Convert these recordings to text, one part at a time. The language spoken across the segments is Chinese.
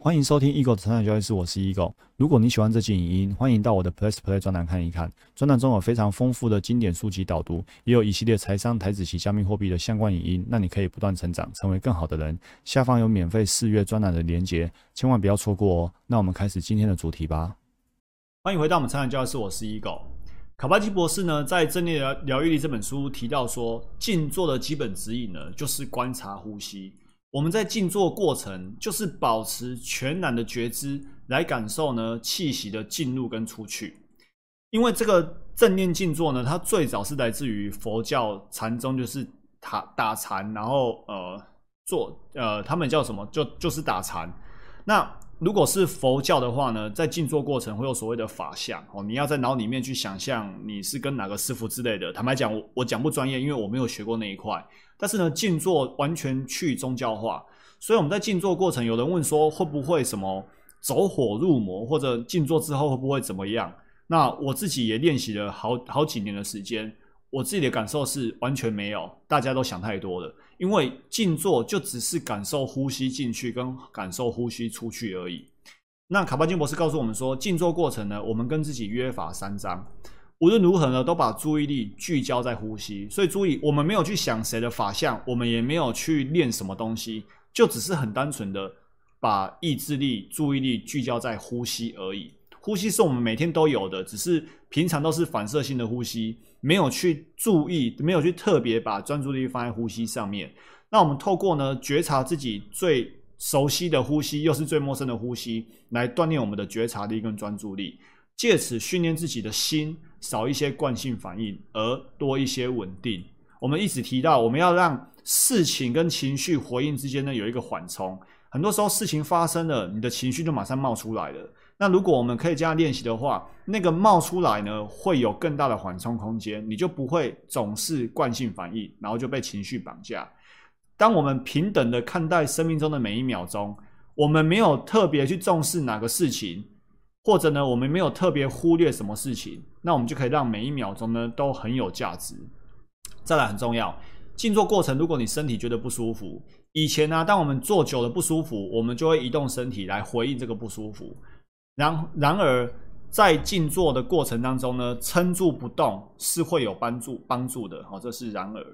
欢迎收听 Eagle 的成长交易室，我是 Eagle。如果你喜欢这期影音，欢迎到我的 Plus Play 专栏看一看。专栏中有非常丰富的经典书籍导读，也有一系列财商、台子及加密货币的相关影音，让你可以不断成长，成为更好的人。下方有免费试阅专栏的连结，千万不要错过哦。那我们开始今天的主题吧。欢迎回到我们成长交易室，我是 Eagle。卡巴基博士呢，在《正念疗愈力》这本书提到说，静坐的基本指引呢，就是观察呼吸。我们在静坐过程，就是保持全然的觉知，来感受呢气息的进入跟出去。因为这个正念静坐呢，它最早是来自于佛教禅宗，就是打禅，然后他们叫什么？就是打禅。那如果是佛教的话呢，在静坐过程会有所谓的法相哦，你要在脑里面去想象你是跟哪个师父之类的。坦白讲，我讲不专业，因为我没有学过那一块。但是呢，静坐完全去宗教化，所以我们在静坐过程，有人问说会不会什么走火入魔，或者静坐之后会不会怎么样？那我自己也练习了好几年的时间，我自己的感受是完全没有，大家都想太多了。因为静坐就只是感受呼吸进去跟感受呼吸出去而已。那卡巴金博士告诉我们说，静坐过程呢，我们跟自己约法三章。无论如何呢，都把注意力聚焦在呼吸。所以注意，我们没有去想谁的法相，我们也没有去练什么东西，就只是很单纯的把意志力、注意力聚焦在呼吸而已。呼吸是我们每天都有的，只是平常都是反射性的呼吸，没有去注意，没有去特别把专注力放在呼吸上面。那我们透过呢觉察自己最熟悉的呼吸，又是最陌生的呼吸，来锻炼我们的觉察力跟专注力，借此训练自己的心少一些惯性反应，而多一些稳定。我们一直提到，我们要让事情跟情绪回应之间呢有一个缓冲。很多时候事情发生了，你的情绪就马上冒出来了。那如果我们可以这样练习的话，那个冒出来呢会有更大的缓冲空间，你就不会总是惯性反应，然后就被情绪绑架。当我们平等的看待生命中的每一秒钟，我们没有特别去重视哪个事情，或者呢我们没有特别忽略什么事情，那我们就可以让每一秒钟呢都很有价值。再来很重要，静坐过程如果你身体觉得不舒服，以前呢当我们坐久了不舒服，我们就会移动身体来回应这个不舒服。然而在静坐的过程当中呢，撑住不动是会有帮助的。这是然而。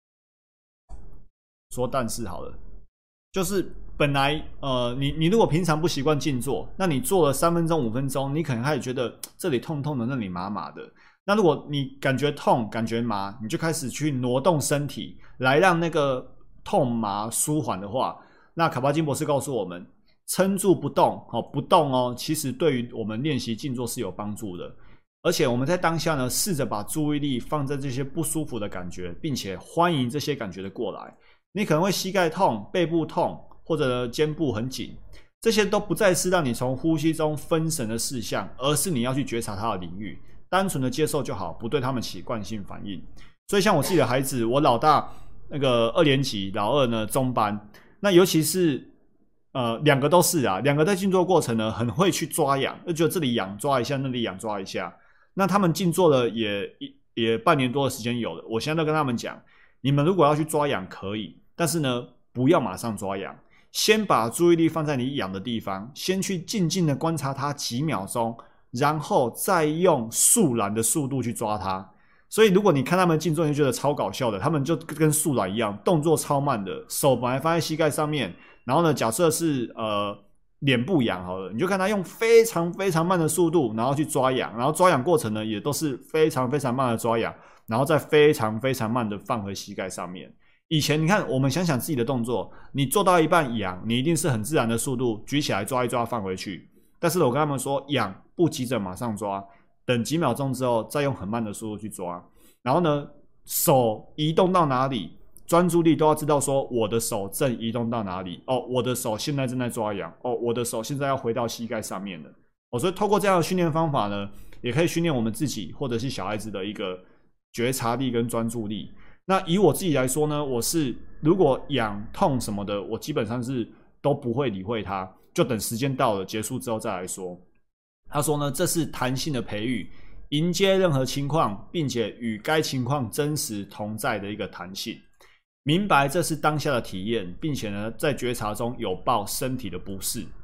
说但是好了，就是本来你如果平常不习惯静坐，那你坐了3分钟5分钟，你可能开始觉得这里痛痛的，那里麻麻的。那如果你感觉痛感觉麻，你就开始去挪动身体来让那个痛麻舒缓的话，那卡巴金博士告诉我们，撑住不动不动哦，其实对于我们练习静坐是有帮助的。而且我们在当下呢，试着把注意力放在这些不舒服的感觉，并且欢迎这些感觉的过来。你可能会膝盖痛、背部痛，或者肩部很紧，这些都不再是让你从呼吸中分神的事项，而是你要去觉察它的领域，单纯的接受就好，不对他们起惯性反应。所以像我自己的孩子，我老大那个2年级，老二呢中班，那尤其是2个都是啊，2个在静坐过程呢很会去抓痒，就觉得这里痒抓一下，那里痒抓一下。那他们静坐了也半年多的时间有了，我现在都跟他们讲，你们如果要去抓痒可以，但是呢不要马上抓痒，先把注意力放在你痒的地方，先去静静的观察它几秒钟，然后再用树懒的速度去抓它。所以如果你看他们静坐，你就觉得超搞笑的，他们就跟树懒一样，动作超慢的，手本来放在膝盖上面，然后呢假设是脸部痒好了，你就看他用非常非常慢的速度然后去抓痒，然后抓痒过程呢也都是非常非常慢的抓痒，然后再非常非常慢的放回膝盖上面。以前你看，我们想想自己的动作，你做到一半痒，你一定是很自然的速度举起来抓一抓放回去。但是我跟他们说，痒不急着马上抓，等几秒钟之后再用很慢的速度去抓。然后呢，手移动到哪里，专注力都要知道说我的手正移动到哪里。我的手现在正在抓痒。我的手现在要回到膝盖上面了。所以透过这样的训练方法呢，也可以训练我们自己或者是小孩子的一个觉察力跟专注力。那以我自己来说呢，我是如果痒痛什么的，我基本上是都不会理会它，就等时间到了结束之后再来说。他说呢，这是弹性的培育，迎接任何情况，并且与该情况真实同在的一个弹性。明白这是当下的体验，并且呢，在觉察中有报身体的不适。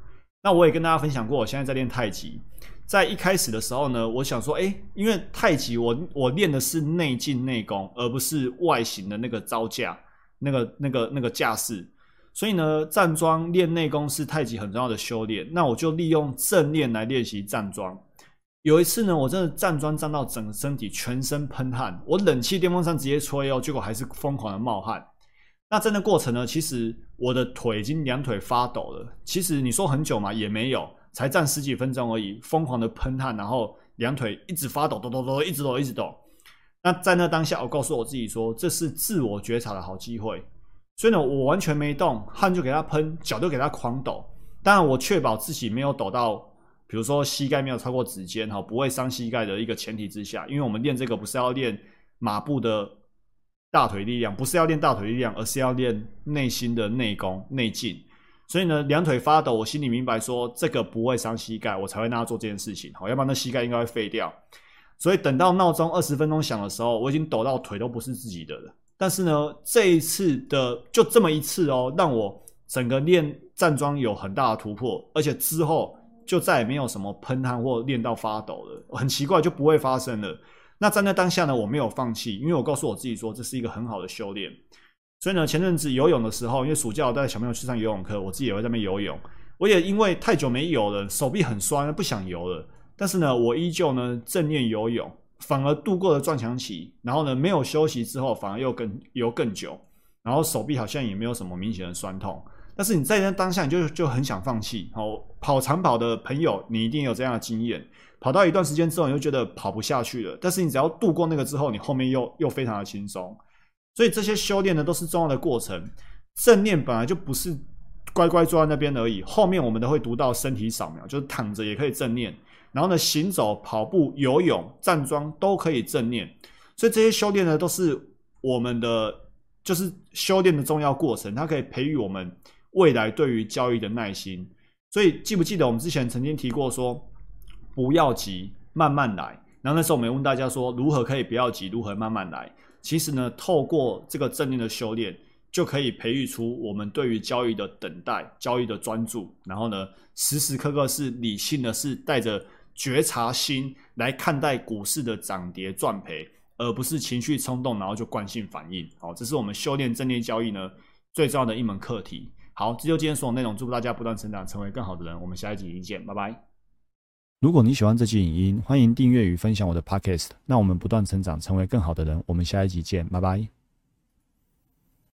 那我也跟大家分享过，我现在在练太极。在一开始的时候呢，我想说，因为太极我练的是内劲内功，而不是外形的那个招架，那个架势。所以呢，站桩练内功是太极很重要的修炼。那我就利用正念来练习站桩。有一次呢，我真的站桩站到整个身体全身喷汗，我冷气电风扇直接吹结果还是疯狂的冒汗。那在那过程呢，其实我的腿已经两腿发抖了。其实你说很久嘛，也没有，才站10几分钟而已，疯狂的喷汗，然后两腿一直发抖，抖抖抖，一直抖一直抖。那在那当下，我告诉我自己说，这是自我觉察的好机会。所以呢，我完全没动，汗就给它喷，脚就给它狂抖。当然，我确保自己没有抖到，比如说膝盖没有超过指尖，不会伤膝盖的一个前提之下，因为我们练这个不是要练马步的大腿力量，不是要练大腿力量，而是要练内心的内功内劲。所以呢，两腿发抖，我心里明白说这个不会伤膝盖，我才会让他做这件事情，要不然那膝盖应该会废掉。所以等到闹钟20分钟响的时候，我已经抖到腿都不是自己的了。但是呢，这一次的就这么一次让我整个练站桩有很大的突破，而且之后就再也没有什么喷汗或练到发抖了，很奇怪就不会发生了。那在那当下呢，我没有放弃，因为我告诉我自己说这是一个很好的修炼。所以呢，前阵子游泳的时候，因为暑假我带小朋友去上游泳课，我自己也会在那边游泳。我也因为太久没游了，手臂很酸，不想游了。但是呢，我依旧呢正念游泳，反而度过了撞墙期。然后呢，没有休息之后，反而又游更久，然后手臂好像也没有什么明显的酸痛。但是你在那当下，你就很想放弃。跑长跑的朋友，你一定有这样的经验。跑到一段时间之后，你就觉得跑不下去了。但是你只要度过那个之后，你后面又非常的轻松。所以这些修炼呢，都是重要的过程。正念本来就不是乖乖坐在那边而已，后面我们都会读到身体扫描，就是躺着也可以正念。然后呢，行走、跑步、游泳、站桩都可以正念。所以这些修炼呢，都是我们的就是修炼的重要过程，它可以培育我们未来对于交易的耐心。所以记不记得我们之前曾经提过说，不要急，慢慢来。然后那时候我们问大家说，如何可以不要急，如何慢慢来？其实呢，透过这个正念的修炼，就可以培育出我们对于交易的等待、交易的专注，然后呢，时时刻刻是理性的，是带着觉察心来看待股市的涨跌赚赔，而不是情绪冲动，然后就惯性反应。好，这是我们修炼正念交易呢最重要的一门课题。好，这就今天所有内容，祝福大家不断成长，成为更好的人。我们下一集见，拜拜。如果你喜欢这期影音，欢迎订阅与分享我的 Podcast。那我们不断成长，成为更好的人。我们下一集见，拜拜。